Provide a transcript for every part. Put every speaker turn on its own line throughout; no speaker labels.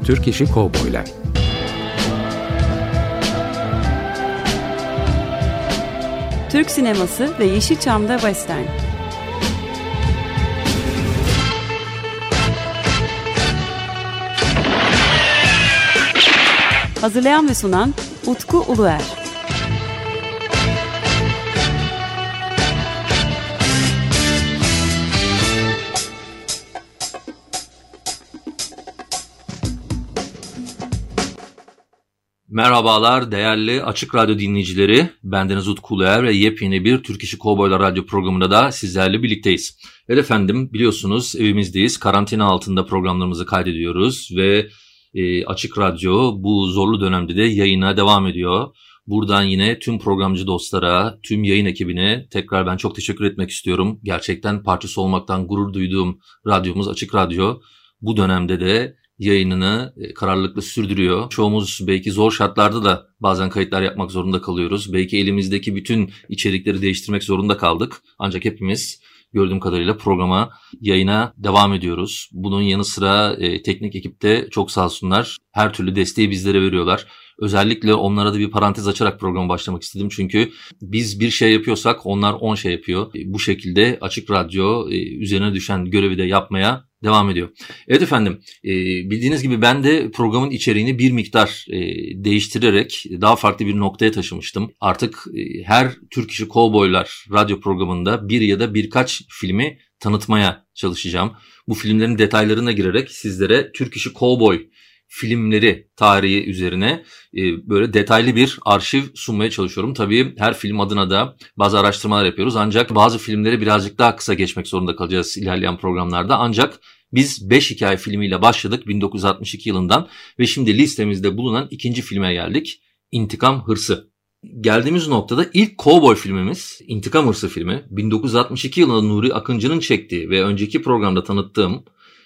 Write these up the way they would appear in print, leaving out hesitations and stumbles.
Türk İşi Kovboylar.
Türk sineması ve Yeşilçam'da Western. Hazırlayan ve sunan Utku Uluer.
Merhabalar değerli Açık Radyo dinleyicileri. Bendeniz Utku Uluer ve yepyeni bir Türk İşi Kovboylar Radyo programında da sizlerle birlikteyiz. Evet efendim, biliyorsunuz evimizdeyiz. Karantina altında programlarımızı kaydediyoruz ve Açık Radyo bu zorlu dönemde de yayına devam ediyor. Buradan yine tüm programcı dostlara, tüm yayın ekibine tekrar ben çok teşekkür etmek istiyorum. Gerçekten parçası olmaktan gurur duyduğum radyomuz Açık Radyo bu dönemde de yayınını kararlılıkla sürdürüyor. Çoğumuz belki zor şartlarda da bazen kayıtlar yapmak zorunda kalıyoruz. Belki elimizdeki bütün içerikleri değiştirmek zorunda kaldık. Ancak hepimiz gördüğüm kadarıyla programa, yayına devam ediyoruz. Bunun yanı sıra teknik ekipte çok sağ olsunlar. Her türlü desteği bizlere veriyorlar. Özellikle onlara da bir parantez açarak programa başlamak istedim. Çünkü biz bir şey yapıyorsak onlar 10 şey yapıyor. Bu şekilde Açık Radyo üzerine düşen görevi de yapmaya devam ediyor. Evet efendim, bildiğiniz gibi ben de programın içeriğini bir miktar değiştirerek daha farklı bir noktaya taşımıştım. Artık her Türk İşi Kovboylar radyo programında bir ya da birkaç filmi tanıtmaya çalışacağım. Bu filmlerin detaylarına girerek sizlere Türk İşi Kovboy filmleri tarihi üzerine böyle detaylı bir arşiv sunmaya çalışıyorum. Tabii her film adına da bazı araştırmalar yapıyoruz. Ancak bazı filmleri birazcık daha kısa geçmek zorunda kalacağız ilerleyen programlarda. Ancak biz 5 hikaye filmiyle başladık 1962 yılından ve şimdi listemizde bulunan ikinci filme geldik. İntikam Hırsı. Geldiğimiz noktada ilk kovboy filmimiz İntikam Hırsı filmi. 1962 yılında Nuri Akıncı'nın çektiği ve önceki programda tanıttığım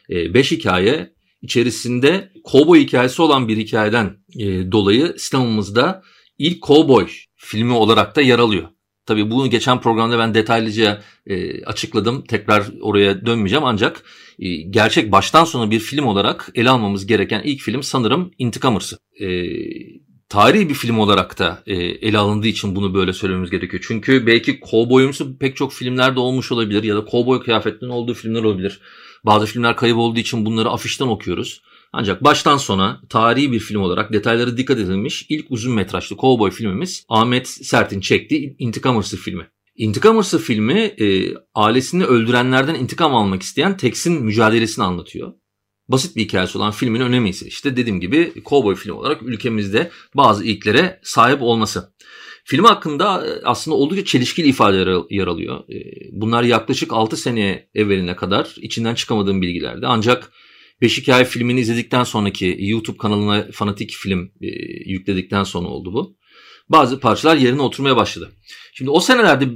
5 hikaye içerisinde kovboy hikayesi olan bir hikayeden dolayı sinemamızda ilk kovboy filmi olarak da yer alıyor. Tabii bunu geçen programda ben detaylıca açıkladım. Tekrar oraya dönmeyeceğim ancak gerçek baştan sona bir film olarak ele almamız gereken ilk film sanırım İntikam Hırsı. Tarihi bir film olarak da ele alındığı için bunu böyle söylememiz gerekiyor. Çünkü belki kovboyumsu pek çok filmlerde olmuş olabilir ya da kovboy kıyafetlerinin olduğu filmler olabilir. Bazı filmler kayıp olduğu için bunları afişten okuyoruz. Ancak baştan sona tarihi bir film olarak detaylara dikkat edilmiş ilk uzun metrajlı kovboy filmimiz Ahmet Sert'in çektiği İntikam Hırsı filmi. İntikam Hırsı filmi ailesini öldürenlerden intikam almak isteyen Tex'in mücadelesini anlatıyor. Basit bir hikayesi olan filmin önemi ise işte dediğim gibi kovboy film olarak ülkemizde bazı ilklere sahip olması. Film hakkında aslında oldukça çelişkili ifadeler yer alıyor. Bunlar yaklaşık 6 sene evveline kadar içinden çıkamadığım bilgilerdi. Ancak 5 hikaye filmini izledikten sonraki YouTube kanalına Fanatik Film yükledikten sonra oldu bu. Bazı parçalar yerine oturmaya başladı. Şimdi o senelerde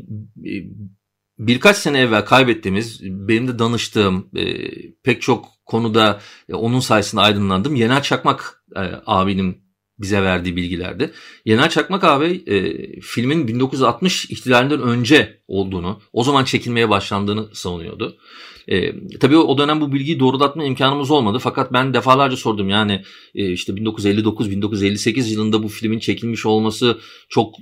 birkaç sene evvel kaybettiğimiz, benim de danıştığım pek çok konuda onun sayesinde aydınlandım. Yener Çakmak abinin bize verdiği bilgilerdi. Yener Çakmak abi filmin 1960 ihtilalinden önce olduğunu, o zaman çekilmeye başlandığını savunuyordu. Tabii o dönem bu bilgiyi doğrulatma imkanımız olmadı. Fakat ben defalarca sordum. Yani işte 1959-1958 yılında bu filmin çekilmiş olması çok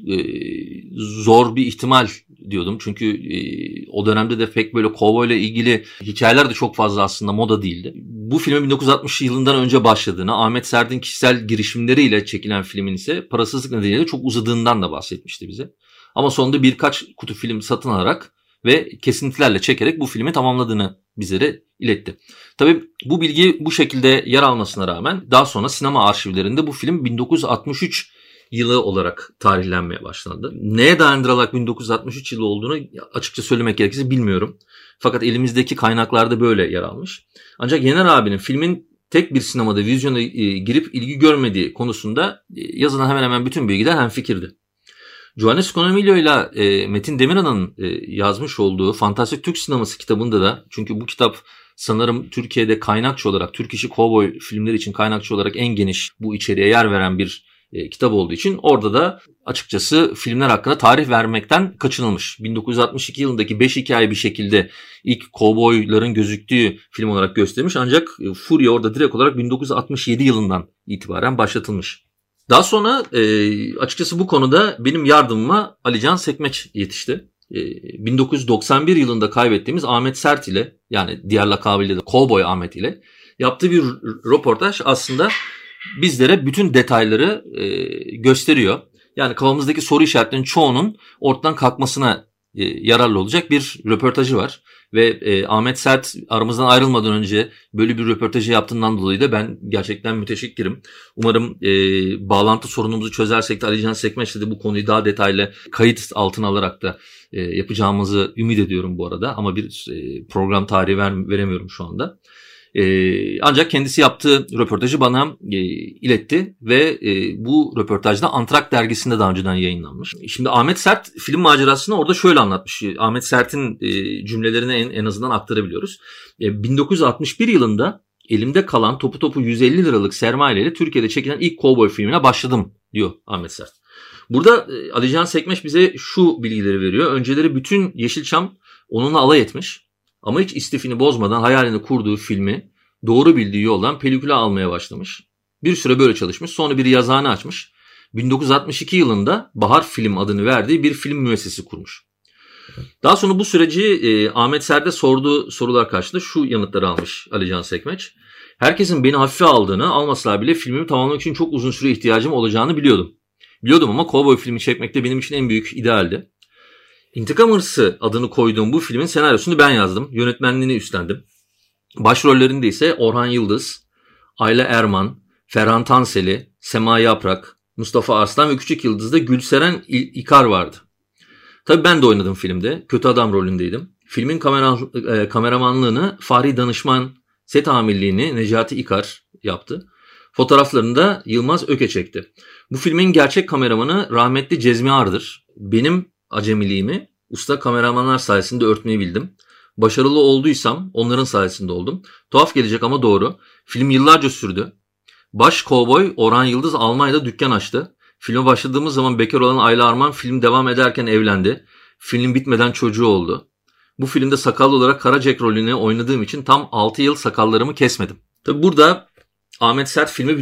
zor bir ihtimal diyordum. Çünkü o dönemde de pek böyle kovboyla ilgili hikayeler de çok fazla aslında moda değildi. Bu filmin 1960 yılından önce başladığını, Ahmet Sert'in kişisel girişimleriyle çekilen filmin ise parasızlık nedeniyle çok uzadığından da bahsetmişti bize. Ama sonunda birkaç kutu film satın alarak ve kesintilerle çekerek bu filmi tamamladığını bizlere iletti. Tabii bu bilgi bu şekilde yer almasına rağmen daha sonra sinema arşivlerinde bu film 1963 yılı olarak tarihlenmeye başlandı. Neye dayandırılarak 1963 yılı olduğunu açıkça söylemek gerekirse bilmiyorum. Fakat elimizdeki kaynaklarda böyle yer almış. Ancak Yener abinin filmin tek bir sinemada vizyona girip ilgi görmediği konusunda yazılan hemen hemen bütün bilgiler hemfikirdi. Johannes Conomilio ile Metin Demirhan'ın yazmış olduğu Fantastik Türk Sineması kitabında da, çünkü bu kitap sanırım Türkiye'de kaynakçı olarak, Türk İşi Kovboy filmleri için kaynakçı olarak en geniş bu içeriğe yer veren bir kitap olduğu için orada da açıkçası filmler hakkında tarih vermekten kaçınılmış. 1962 yılındaki 5 hikaye bir şekilde ilk kovboyların gözüktüğü film olarak gösterilmiş ancak Furya orada direkt olarak 1967 yılından itibaren başlatılmış. Daha sonra açıkçası bu konuda benim yardımıma Ali Can Sekmeç yetişti. 1991 yılında kaybettiğimiz Ahmet Sert ile, yani diğer lakabıyla da Kovboy Ahmet ile yaptığı bir röportaj aslında bizlere bütün detayları gösteriyor. Yani kafamızdaki soru işaretlerinin çoğunun ortadan kalkmasına yararlı olacak bir röportajı var. Ve Ahmet Sert aramızdan ayrılmadan önce böyle bir röportajı yaptığından dolayı da ben gerçekten müteşekkirim. Umarım bağlantı sorunumuzu çözersek de Ali Can Sekmeç'le de bu konuyu daha detaylı kayıt altına alarak da yapacağımızı ümit ediyorum bu arada. Ama bir program tarihi veremiyorum şu anda. Ancak kendisi yaptığı röportajı bana iletti ve bu röportajda Antrak dergisinde daha önceden yayınlanmış. Şimdi Ahmet Sert film macerasını orada şöyle anlatmış. Ahmet Sert'in cümlelerini en azından aktarabiliyoruz. 1961 yılında elimde kalan topu 150 liralık sermayeyle Türkiye'de çekilen ilk kovboy filmine başladım diyor Ahmet Sert. Burada Ali Can Sekmeç bize şu bilgileri veriyor. Önceleri bütün Yeşilçam onunla alay etmiş. Ama hiç istifini bozmadan hayalini kurduğu filmi doğru bildiği yoldan peliküle almaya başlamış. Bir süre böyle çalışmış. Sonra bir yazıhane açmış. 1962 yılında Bahar Film adını verdiği bir film müessesesi kurmuş. Daha sonra bu süreci Ahmet Sert'e sorduğu sorular karşısında şu yanıtları almış Ali Can Sekmeç. Herkesin beni hafife aldığını, almasalar bile filmimi tamamlamak için çok uzun süre ihtiyacım olacağını biliyordum. Biliyordum ama kovboy filmi çekmek de benim için en büyük idealdi. İntikam Hırsı adını koyduğum bu filmin senaryosunu ben yazdım. Yönetmenliğini üstlendim. Başrollerinde ise Orhan Yıldız, Ayla Erman, Ferhan Tanseli, Sema Yaprak, Mustafa Arslan ve küçük yıldızda Gülseren İkar vardı. Tabii ben de oynadım filmde. Kötü adam rolündeydim. Filmin kameramanlığını Fahri Danışman, set amirliğini Necati İkar yaptı. Fotoğraflarını da Yılmaz Öke çekti. Bu filmin gerçek kameramanı rahmetli Cezmi Ağar'dır. Benim acemiliğimi usta kameramanlar sayesinde örtmeyi bildim. Başarılı olduysam onların sayesinde oldum. Tuhaf gelecek ama doğru. Film yıllarca sürdü. Baş kovboy Orhan Yıldız Almanya'da dükkan açtı. Filme başladığımız zaman bekar olan Ayla Arman film devam ederken evlendi. Film bitmeden çocuğu oldu. Bu filmde sakallı olarak Kara Jack rolünü oynadığım için tam 6 yıl sakallarımı kesmedim. Tabi burada Ahmet Sert filmi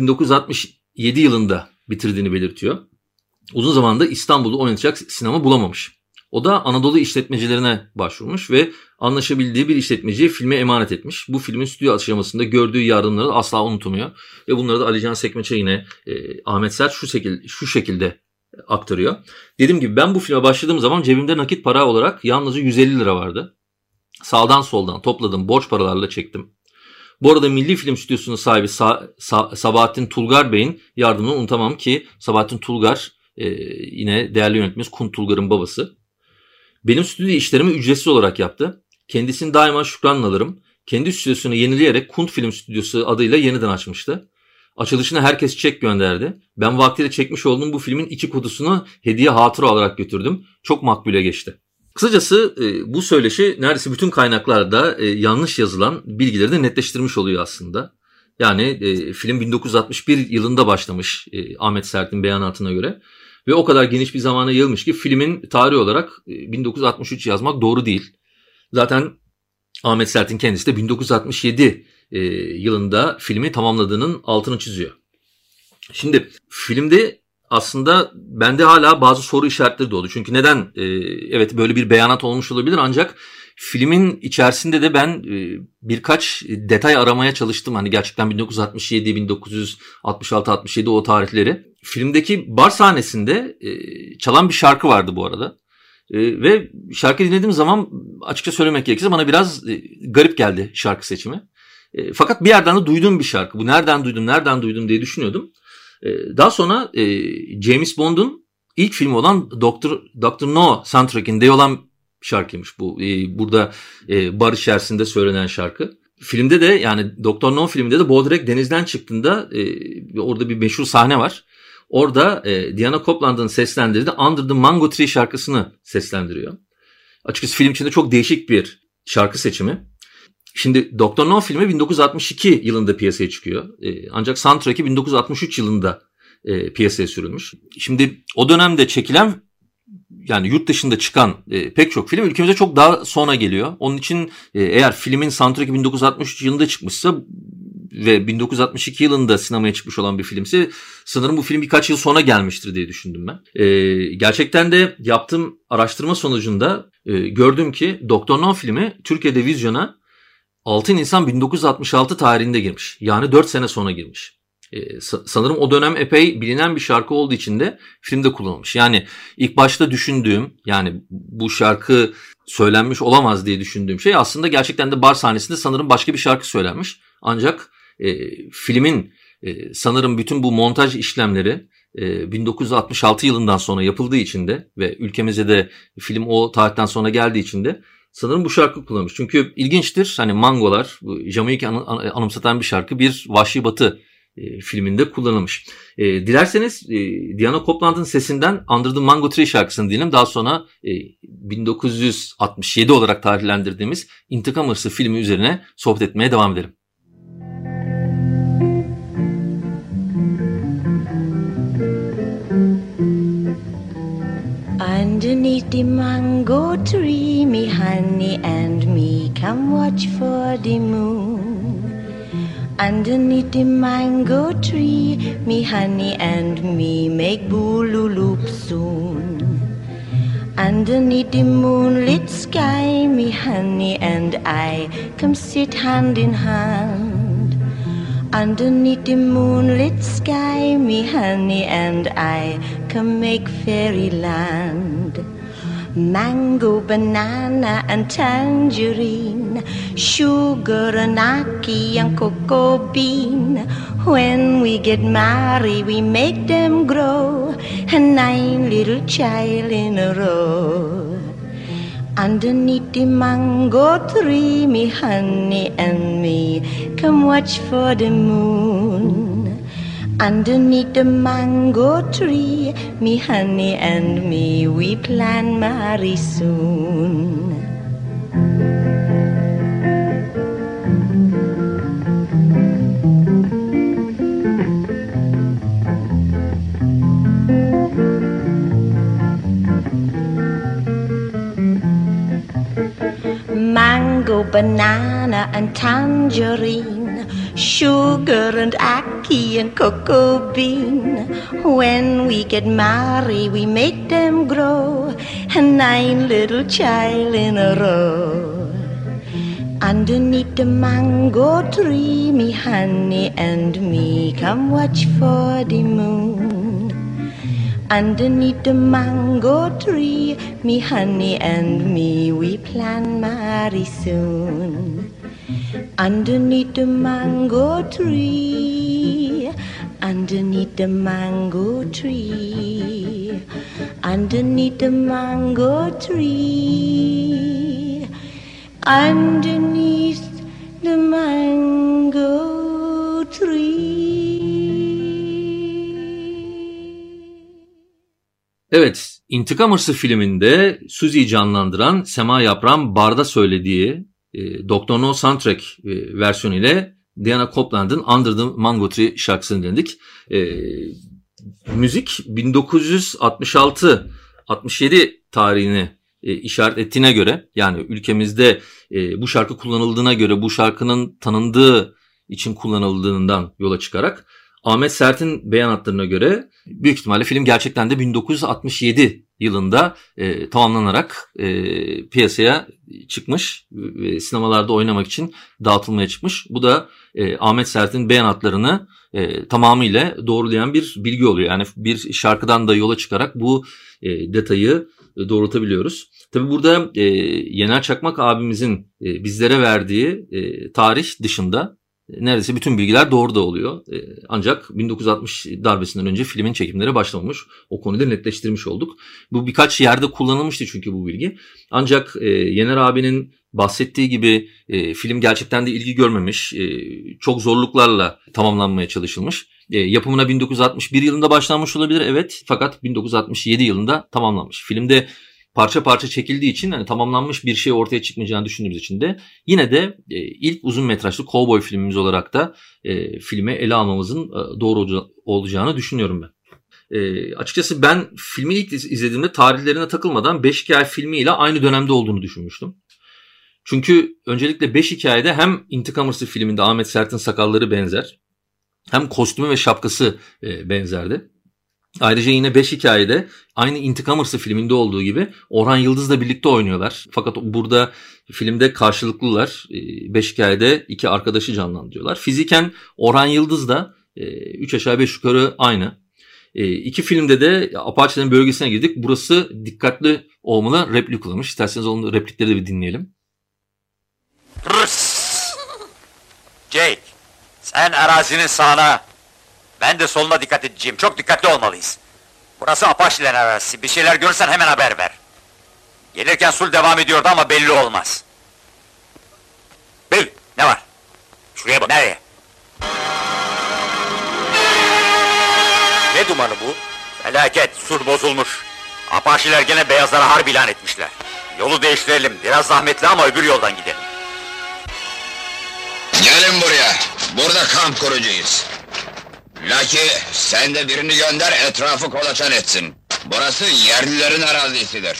1967 yılında bitirdiğini belirtiyor. Uzun zamandır İstanbul'da oynatacak sinema bulamamış. O da Anadolu işletmecilerine başvurmuş ve anlaşabildiği bir işletmeciye filme emanet etmiş. Bu filmin stüdyo aşamasında gördüğü yardımları asla unutmuyor. Ve bunları da Ali Can Sekmeç'e yine Ahmet Sert şu şekilde aktarıyor. Dediğim gibi ben bu filme başladığım zaman cebimde nakit para olarak yalnızca 150 lira vardı. Sağdan soldan topladım, borç paralarla çektim. Bu arada Milli Film Stüdyosu'nun sahibi Sabahattin Tulgar Bey'in yardımını unutamam ki Sabahattin Tulgar yine değerli yönetmenimiz Kunt Tulgar'ın babası. Benim stüdyo işlerimi ücretsiz olarak yaptı. Kendisini daima şükranla alırım. Kendi stüdyosunu yenileyerek Kunt Film Stüdyosu adıyla yeniden açmıştı. Açılışına herkes çek gönderdi. Ben vaktiyle çekmiş olduğum bu filmin 2 kutusunu hediye hatıra olarak götürdüm. Çok makbule geçti. Kısacası bu söyleşi neredeyse bütün kaynaklarda yanlış yazılan bilgileri de netleştirmiş oluyor aslında. Yani film 1961 yılında başlamış Ahmet Sert'in beyanatına göre. Ve o kadar geniş bir zamana yayılmış ki filmin tarihi olarak 1963 yazmak doğru değil. Zaten Ahmet Sert'in kendisi de 1967 yılında filmi tamamladığının altını çiziyor. Şimdi filmde aslında bende hala bazı soru işaretleri de oldu. Çünkü neden? Evet böyle bir beyanat olmuş olabilir ancak filmin içerisinde de ben birkaç detay aramaya çalıştım. Hani gerçekten 1967, 1966, 67 o tarihleri. Filmdeki bar sahnesinde çalan bir şarkı vardı bu arada. Ve şarkı dinlediğim zaman açıkça söylemek gerekirse bana biraz garip geldi şarkı seçimi. Fakat bir yerden de duyduğum bir şarkı. Bu nereden duydum diye düşünüyordum. Daha sonra James Bond'un ilk filmi olan Dr. No soundtrack'inde olan şarkıymış bu. Burada bar içerisinde söylenen şarkı. Filmde de yani Dr. No filminde de Baudelaire denizden çıktığında orada bir meşhur sahne var. Orada Diana Copland'ın seslendirdiği Under the Mango Tree şarkısını seslendiriyor. Açıkçası film içinde çok değişik bir şarkı seçimi. Şimdi Dr. No filmi 1962 yılında piyasaya çıkıyor. Ancak soundtrack'i 1963 yılında piyasaya sürülmüş. Şimdi o dönemde çekilen, yani yurt dışında çıkan pek çok film ülkemize çok daha sonra geliyor. Onun için eğer filmin soundtrack'i 1963 yılında çıkmışsa ve 1962 yılında sinemaya çıkmış olan bir filmse sanırım bu film birkaç yıl sonra gelmiştir diye düşündüm ben. Gerçekten de yaptığım araştırma sonucunda gördüm ki Doktor No filmi Türkiye'de vizyona 6 Nisan 1966 tarihinde girmiş. Yani 4 sene sonra girmiş. Sanırım o dönem epey bilinen bir şarkı olduğu için de filmde kullanılmış. Yani ilk başta düşündüğüm, yani bu şarkı söylenmiş olamaz diye düşündüğüm şey aslında gerçekten de bar sahnesinde sanırım başka bir şarkı söylenmiş. Ancak filmin sanırım bütün bu montaj işlemleri 1966 yılından sonra yapıldığı için de ve ülkemize de film o tarihten sonra geldiği için de sanırım bu şarkı kullanılmış. Çünkü ilginçtir, hani Mangolar, Jamaika anımsatan bir şarkı, bir Vahşi Batı filminde kullanılmış. Dilerseniz Diana Copland'ın sesinden Under the Mango Tree şarkısını dinleyelim. Daha sonra 1967 olarak tarihlendirdiğimiz İntikam Hırsı filmi üzerine sohbet etmeye devam edelim.
Underneath the mango tree, me honey and me come watch for the moon. Underneath the mango tree, me honey and me make boolooloop soon. Underneath the moonlit sky, me honey and I come sit hand in hand. Underneath the moonlit sky, me honey and I come make fairyland. Mango, banana and tangerine, sugar and ackee and cocoa bean. When we get married, we make them grow, and 9 little child in a row. Underneath the mango tree, me honey and me come watch for the moon. Underneath the mango tree, me honey and me, we plan marry soon. Mango, banana and tangerine, sugar and ackee and cocoa bean. When we get married, we make them grow, and 9 little child in a row. Underneath the mango tree, me honey and me come watch for the moon. Underneath the mango tree, me honey and me, we plan marry soon. Underneath the mango tree, underneath the mango tree, underneath the mango tree, underneath the mango tree.
Evet, İntikam Hırsı filminde Suzy'yi canlandıran Sema Yaprağ'ın barda söylediği Doktor No soundtrack versiyonu ile Diana Copland'ın Under the Mango Tree şarkısını dinledik. Müzik 1966-67 tarihini işaret ettiğine göre, yani ülkemizde bu şarkı kullanıldığına göre, bu şarkının tanındığı için kullanıldığından yola çıkarak Ahmet Sert'in beyanatlarına göre büyük ihtimalle film gerçekten de 1967 yılında tamamlanarak piyasaya çıkmış ve sinemalarda oynamak için dağıtılmaya çıkmış. Bu da Ahmet Sert'in beyanatlarını tamamıyla doğrulayan bir bilgi oluyor. Yani bir şarkıdan da yola çıkarak bu detayı doğrultabiliyoruz. Tabii burada Yener Çakmak abimizin bizlere verdiği tarih dışında neredeyse bütün bilgiler doğru da oluyor. Ancak 1960 darbesinden önce filmin çekimleri başlamamış. O konuda netleştirmiş olduk. Bu birkaç yerde kullanılmıştı çünkü bu bilgi. Ancak Yener abinin bahsettiği gibi film gerçekten de ilgi görmemiş. Çok zorluklarla tamamlanmaya çalışılmış. Yapımına 1961 yılında başlanmış olabilir, evet. Fakat 1967 yılında tamamlanmış. Filmde parça parça çekildiği için hani tamamlanmış bir şey ortaya çıkmayacağını düşündüğümüz için de yine de ilk uzun metrajlı kovboy filmimiz olarak da filme ele almamızın doğru olacağını düşünüyorum ben. Açıkçası ben filmi ilk izlediğimde tarihlerine takılmadan Beş Hikaye filmiyle aynı dönemde olduğunu düşünmüştüm. Çünkü öncelikle Beş Hikaye'de hem İntikam Hırsı filminde Ahmet Sert'in sakalları benzer, hem kostümü ve şapkası benzerdi. Ayrıca yine Beş Hikaye'de aynı İntikam Hırsı filminde olduğu gibi Orhan Yıldız'la birlikte oynuyorlar. Fakat burada filmde karşılıklılar. Beş Hikaye'de iki arkadaşı canlandırıyorlar. Fiziken Orhan Yıldız da 3 aşağı 5 yukarı aynı. İki filmde de Apache'lerin bölgesine girdik. Burası dikkatli olmalı replik kullanmış. İsterseniz onun replikleri de bir dinleyelim.
Jake, sen arazinin sağına, ben de soluna dikkat edeceğim. Çok dikkatli olmalıyız. Burası Apache'lerin arazisi. Bir şeyler görürsen hemen haber ver. Gelirken sul devam ediyordu ama belli olmaz. Bill, ne var? Şuraya bak. Nereye? Ne dumanı bu? Felaket, sur bozulmuş. Apache'ler gene beyazlara harp ilan etmişler. Yolu değiştirelim. Biraz zahmetli ama öbür yoldan gidelim.
Gelin buraya. Burada kamp kurucuyuz. Lucky, sen de birini gönder etrafı kolaçan etsin. Burası yerlilerin arazisidir.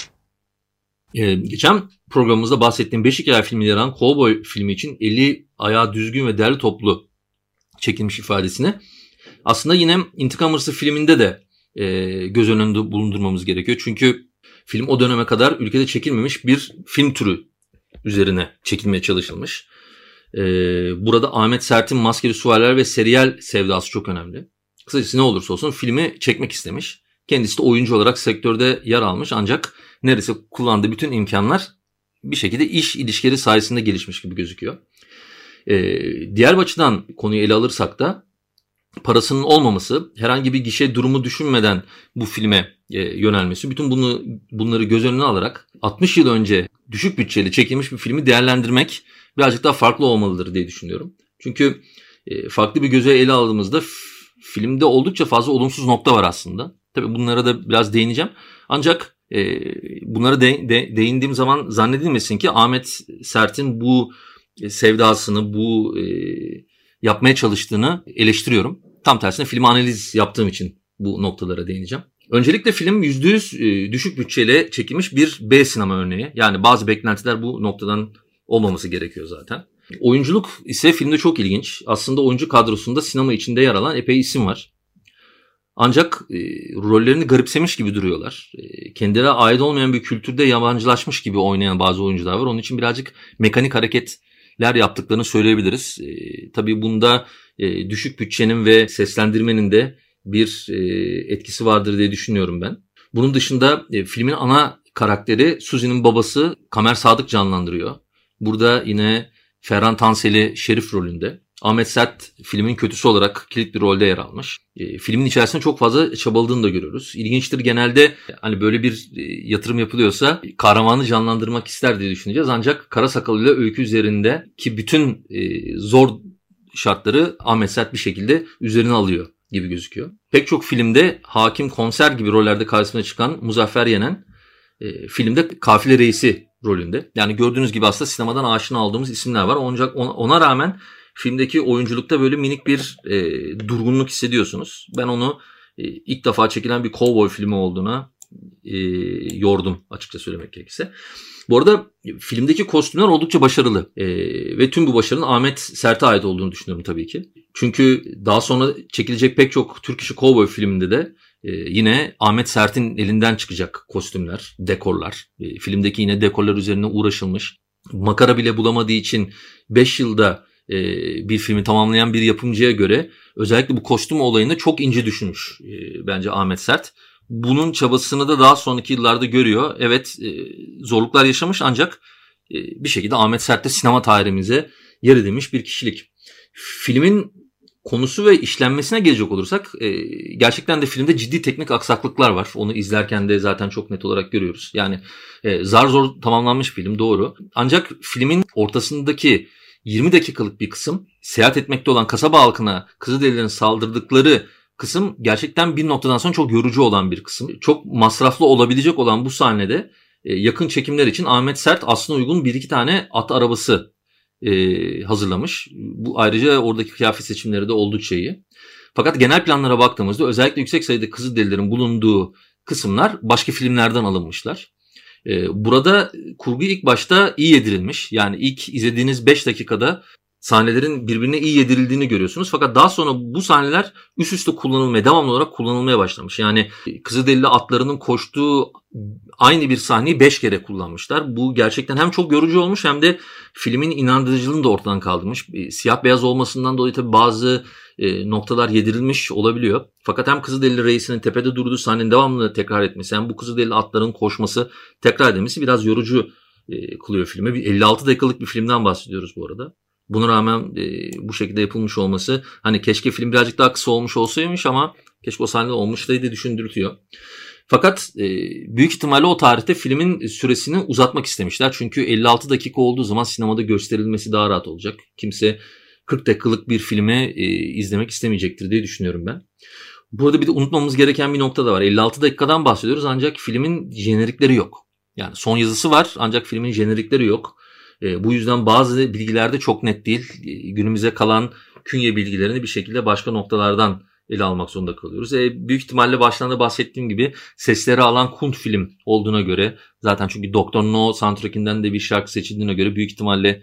Geçen programımızda bahsettiğim Beş Hikaye filmi yer alan Cowboy filmi için eli ayağı düzgün ve derli toplu çekilmiş ifadesini aslında yine İntikam Hırsı filminde de göz önünde bulundurmamız gerekiyor. Çünkü film o döneme kadar ülkede çekilmemiş bir film türü üzerine çekilmeye çalışılmış. Burada Ahmet Sert'in Maskeli Suvarlar ve Seriyel sevdası çok önemli. Kısacası ne olursa olsun filmi çekmek istemiş. Kendisi de oyuncu olarak sektörde yer almış ancak neredeyse kullandığı bütün imkanlar bir şekilde iş ilişkileri sayesinde gelişmiş gibi gözüküyor. Diğer açıdan konuyu ele alırsak da parasının olmaması, herhangi bir gişe durumu düşünmeden bu filme yönelmesi, bütün bunları göz önüne alarak 60 yıl önce düşük bütçeli çekilmiş bir filmi değerlendirmek birazcık daha farklı olmalıdır diye düşünüyorum. Çünkü farklı bir göze ele aldığımızda filmde oldukça fazla olumsuz nokta var aslında. Tabii bunlara da biraz değineceğim. Ancak bunlara değindiğim zaman zannedilmesin ki Ahmet Sert'in bu sevdasını, bu yapmaya çalıştığını eleştiriyorum. Tam tersine film analiz yaptığım için bu noktalara değineceğim. Öncelikle film %100 düşük bütçeyle çekilmiş bir B sinema örneği. Yani bazı beklentiler bu noktadan olmaması gerekiyor zaten. Oyunculuk ise filmde çok ilginç. Aslında oyuncu kadrosunda sinema içinde yer alan epey isim var. Ancak rollerini garipsemiş gibi duruyorlar. Kendilerine ait olmayan bir kültürde yabancılaşmış gibi oynayan bazı oyuncular var. Onun için birazcık mekanik hareketler yaptıklarını söyleyebiliriz. Tabii bunda düşük bütçenin ve seslendirmenin de bir etkisi vardır diye düşünüyorum ben. Bunun dışında filmin ana karakteri Suzy'nin babası Kamer Sadık canlandırıyor. Burada yine Ferhan Tanseli Şerif rolünde. Ahmet Sert filmin kötüsü olarak kilit bir rolde yer almış. Filmin içerisinde çok fazla çabaladığını da görüyoruz. İlginçtir, genelde hani böyle bir yatırım yapılıyorsa kahramanı canlandırmak ister diye düşüneceğiz. Ancak Kara Sakal ile Öykü üzerindeki bütün zor şartları Ahmet Sert bir şekilde üzerine alıyor gibi gözüküyor. Pek çok filmde hakim, komiser gibi rollerde karşısına çıkan Muzaffer Yenen filmde kafile reisi rolünde. Yani gördüğünüz gibi aslında sinemadan aşina aldığımız isimler var. Ancak ona rağmen filmdeki oyunculukta böyle minik bir durgunluk hissediyorsunuz. Ben onu ilk defa çekilen bir cowboy filmi olduğuna yordum açıkça söylemek gerekirse. Bu arada filmdeki kostümler oldukça başarılı ve tüm bu başarının Ahmet Sert'e ait olduğunu düşünüyorum tabii ki. Çünkü daha sonra çekilecek pek çok Türk işi cowboy filminde de yine Ahmet Sert'in elinden çıkacak kostümler, dekorlar. Filmdeki yine dekorlar üzerine uğraşılmış. Makara bile bulamadığı için 5 yılda bir filmi tamamlayan bir yapımcıya göre özellikle bu kostüm olayında çok ince düşünmüş bence Ahmet Sert. Bunun çabasını da daha sonraki yıllarda görüyor. Evet, zorluklar yaşamış ancak bir şekilde Ahmet Sert de sinema tarihimize yer edinmiş bir kişilik. Filmin konusu ve işlenmesine gelecek olursak gerçekten de filmde ciddi teknik aksaklıklar var. Onu izlerken de zaten çok net olarak görüyoruz. Yani zar zor tamamlanmış film, doğru. Ancak filmin ortasındaki 20 dakikalık bir kısım, seyahat etmekte olan kasaba halkına Kızılderililerin saldırdıkları kısım gerçekten bir noktadan sonra çok yorucu olan bir kısım. Çok masraflı olabilecek olan bu sahnede yakın çekimler için Ahmet Sert aslına uygun bir iki tane at arabası hazırlamış. Bu ayrıca oradaki kıyafet seçimleri de oldukça iyi. Fakat genel planlara baktığımızda özellikle yüksek sayıda Kızılderililerin bulunduğu kısımlar başka filmlerden alınmışlar. Burada kurgu ilk başta iyi yedirilmiş. Yani ilk izlediğiniz 5 dakikada sahnelerin birbirine iyi yedirildiğini görüyorsunuz. Fakat daha sonra bu sahneler üst üste kullanılmaya, devamlı olarak kullanılmaya başlamış. Yani Kızılderili atlarının koştuğu aynı bir sahneyi 5 kere kullanmışlar. Bu gerçekten hem çok yorucu olmuş hem de filmin inandırıcılığını da ortadan kaldırmış. Siyah beyaz olmasından dolayı tabii bazı noktalar yedirilmiş olabiliyor. Fakat hem Kızılderili reisinin tepede durduğu sahnenin devamlı tekrar etmesi hem bu Kızılderili atların koşması tekrar edilmesi biraz yorucu kılıyor filmi. 56 dakikalık bir filmden bahsediyoruz bu arada. Buna rağmen bu şekilde yapılmış olması, hani keşke film birazcık daha kısa olmuş olsaymış ama keşke o sahne olmuştaydı düşündürtüyor. Fakat büyük ihtimalle o tarihte filmin süresini uzatmak istemişler. Çünkü 56 dakika olduğu zaman sinemada gösterilmesi daha rahat olacak. Kimse 40 dakikalık bir filmi izlemek istemeyecektir diye düşünüyorum ben. Burada bir de unutmamamız gereken bir nokta da var. 56 dakikadan bahsediyoruz ancak filmin jenerikleri yok. Yani son yazısı var ancak filmin jenerikleri yok. Bu yüzden bazı bilgilerde çok net değil. Günümüze kalan künye bilgilerini bir şekilde başka noktalardan ele almak zorunda kalıyoruz. Büyük ihtimalle baştan da bahsettiğim gibi sesleri alan Kunt film olduğuna göre, zaten çünkü Dr. No soundtrackinden de bir şarkı seçildiğine göre büyük ihtimalle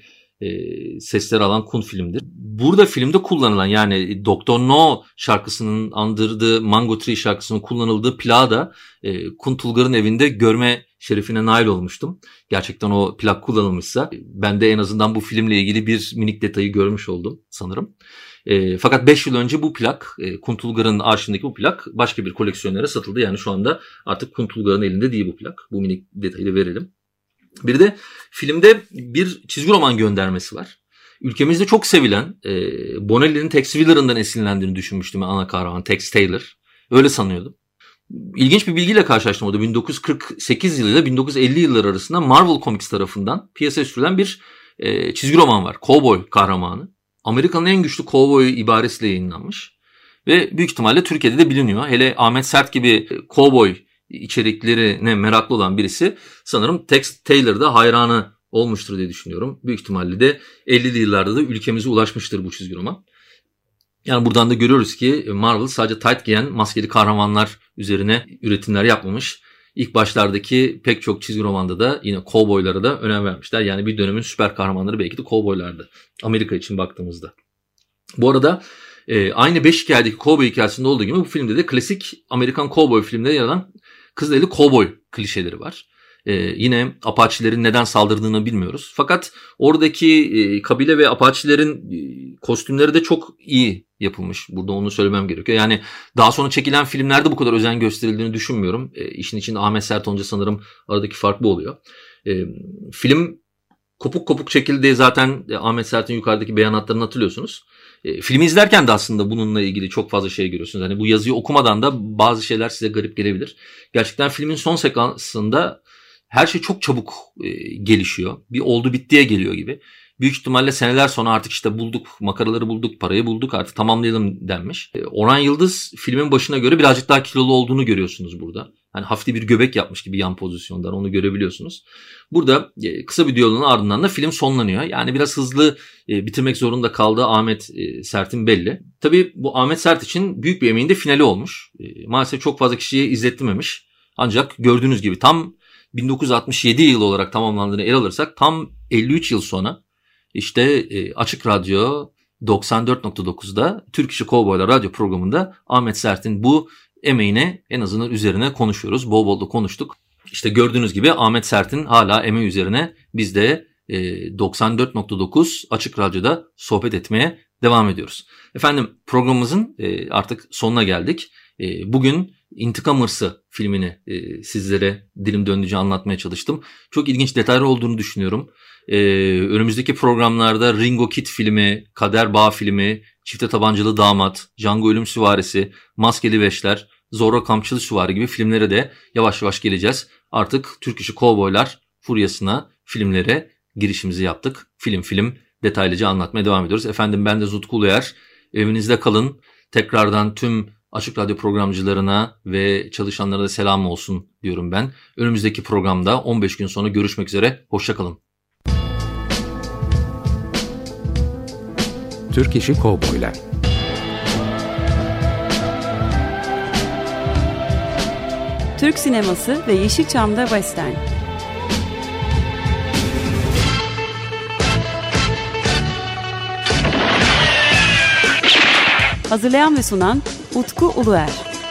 sesleri alan Kunt filmdir. Burada filmde kullanılan, yani Dr. No şarkısının andırdığı Mango Tree şarkısının kullanıldığı plağı da Kunt Ulgar'ın evinde görme şerefine nail olmuştum. Gerçekten o plak kullanılmışsa ben de en azından bu filmle ilgili bir minik detayı görmüş oldum sanırım. Fakat 5 yıl önce bu plak, Kunt Ulgar'ın arşivindeki bu plak başka bir koleksiyonere satıldı. Yani şu anda artık Kunt Ulgar'ın elinde değil bu plak. Bu minik detayı da verelim. Bir de filmde bir çizgi roman göndermesi var. Ülkemizde çok sevilen Bonelli'nin Tex Wheeler'ından esinlendiğini düşünmüştüm ana kahraman Tex Taylor. Öyle sanıyordum. İlginç bir bilgiyle karşılaştım orada. 1948 yılıyla 1950 yılları arasında Marvel Comics tarafından piyasaya sürülen bir çizgi roman var. Cowboy kahramanı. Amerika'nın en güçlü cowboy ibaresiyle yayınlanmış. Ve büyük ihtimalle Türkiye'de de biliniyor. Hele Ahmet Sert gibi cowboy içeriklerine meraklı olan birisi sanırım Tex Taylor'da hayranı olmuştur diye düşünüyorum. Büyük ihtimalle de 50'li yıllarda da ülkemize ulaşmıştır bu çizgi roman. Yani buradan da görüyoruz ki Marvel sadece tight giyen maskeli kahramanlar üzerine üretimler yapmamış. İlk başlardaki pek çok çizgi romanda da yine kovboylara da önem vermişler. Yani bir dönemin süper kahramanları belki de kovboylardı. Amerika için baktığımızda. Bu arada aynı 5 hikayedeki kovboy hikayesinde olduğu gibi bu filmde de klasik Amerikan kovboy filmlerinde yer alan Kızılderili kovboy klişeleri var. Yine Apache'lerin neden saldırdığını bilmiyoruz. Fakat oradaki kabile ve Apache'lerin kostümleri de çok iyi yapılmış. Burada onu söylemem gerekiyor. Yani daha sonra çekilen filmlerde bu kadar özen gösterildiğini düşünmüyorum. İşin içinde Ahmet Sert olunca sanırım aradaki fark bu oluyor. Film kopuk kopuk çekildi. Zaten Ahmet Sert'in yukarıdaki beyanatlarını hatırlıyorsunuz. Filmi izlerken de aslında bununla ilgili çok fazla şey görüyorsunuz. Hani bu yazıyı okumadan da bazı şeyler size garip gelebilir. Gerçekten filmin son sekansında her şey çok çabuk gelişiyor. Bir oldu bittiye geliyor gibi. Büyük ihtimalle seneler sonra artık işte bulduk, makaraları bulduk, parayı bulduk, artık tamamlayalım denmiş. Orhan Yıldız filmin başına göre birazcık daha kilolu olduğunu görüyorsunuz burada. Hani hafif bir göbek yapmış gibi yan pozisyondan, onu görebiliyorsunuz. Burada kısa bir diyaloğun ardından da film sonlanıyor. Yani biraz hızlı bitirmek zorunda kaldığı Ahmet Sert'in belli. Tabii bu Ahmet Sert için büyük bir emeğin de finali olmuş. Maalesef çok fazla kişiye izlettirememiş. Ancak gördüğünüz gibi tam 1967 yılı olarak tamamlandığını ele alırsak tam 53 yıl sonra işte Açık Radyo 94.9'da Türk İşi Kovboylar radyo programında Ahmet Sert'in bu emeğine en azından üzerine konuşuyoruz. Bol bol da konuştuk. İşte gördüğünüz gibi Ahmet Sert'in hala emeği üzerine biz de 94.9 Açık Radyo'da sohbet etmeye devam ediyoruz. Efendim programımızın artık sonuna geldik. Bugün İntikam Hırsı filmini sizlere dilim döndüğünce anlatmaya çalıştım. Çok ilginç detaylar olduğunu düşünüyorum. Önümüzdeki programlarda Ringo Kid filmi, Kader Bağ filmi, Çifte Tabancalı Damat, Django Ölüm Süvarisi, Maskeli Beşler, Zorro Kamçılı Süvari gibi filmlere de yavaş yavaş geleceğiz. Artık Türk İşi Kovboylar furyasına filmlere girişimizi yaptık. Film detaylıca anlatmaya devam ediyoruz. Efendim ben de Utku Uluer. Evinizde kalın. Tekrardan tüm Açık Radyo programcılarına ve çalışanlara da selam olsun diyorum ben. Önümüzdeki programda 15 gün sonra görüşmek üzere. Hoşça kalın.
Türk İşi Kovboylar.
Türk sineması ve Yeşilçam'da Western. Hazırlayan ve sunan Utku Uluer.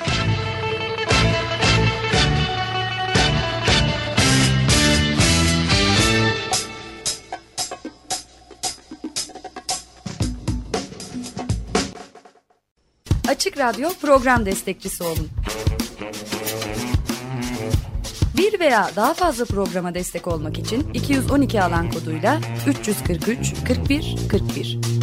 Açık Radyo program destekçisi olun. Bir veya daha fazla programa destek olmak için 212 alan koduyla 343 41 41